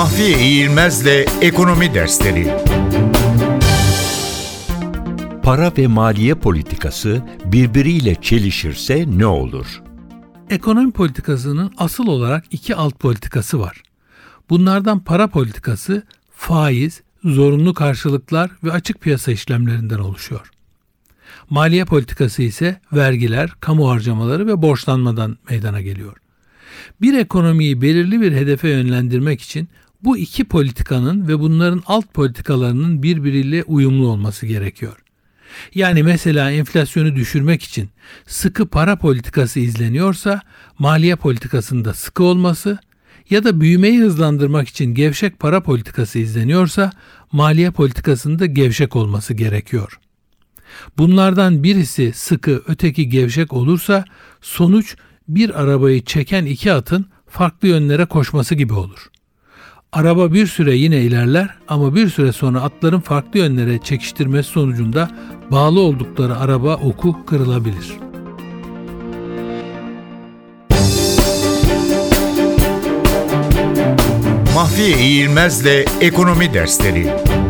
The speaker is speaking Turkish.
Mahfiye İğilmez'le Ekonomi Dersleri. Para ve maliye politikası birbiriyle çelişirse ne olur? Ekonomi politikasının asıl olarak iki alt politikası var. Bunlardan para politikası, faiz, zorunlu karşılıklar ve açık piyasa işlemlerinden oluşuyor. Maliye politikası ise vergiler, kamu harcamaları ve borçlanmadan meydana geliyor. Bir ekonomiyi belirli bir hedefe yönlendirmek için bu iki politikanın ve bunların alt politikalarının birbiriyle uyumlu olması gerekiyor. Yani mesela enflasyonu düşürmek için sıkı para politikası izleniyorsa maliye politikasında sıkı olması ya da büyümeyi hızlandırmak için gevşek para politikası izleniyorsa maliye politikasında gevşek olması gerekiyor. Bunlardan birisi sıkı, öteki gevşek olursa sonuç bir arabayı çeken iki atın farklı yönlere koşması gibi olur. Araba bir süre yine ilerler ama bir süre sonra atların farklı yönlere çekiştirmesi sonucunda bağlı oldukları araba oku kırılabilir. Mahfiye İğilmez'le Ekonomi Dersleri.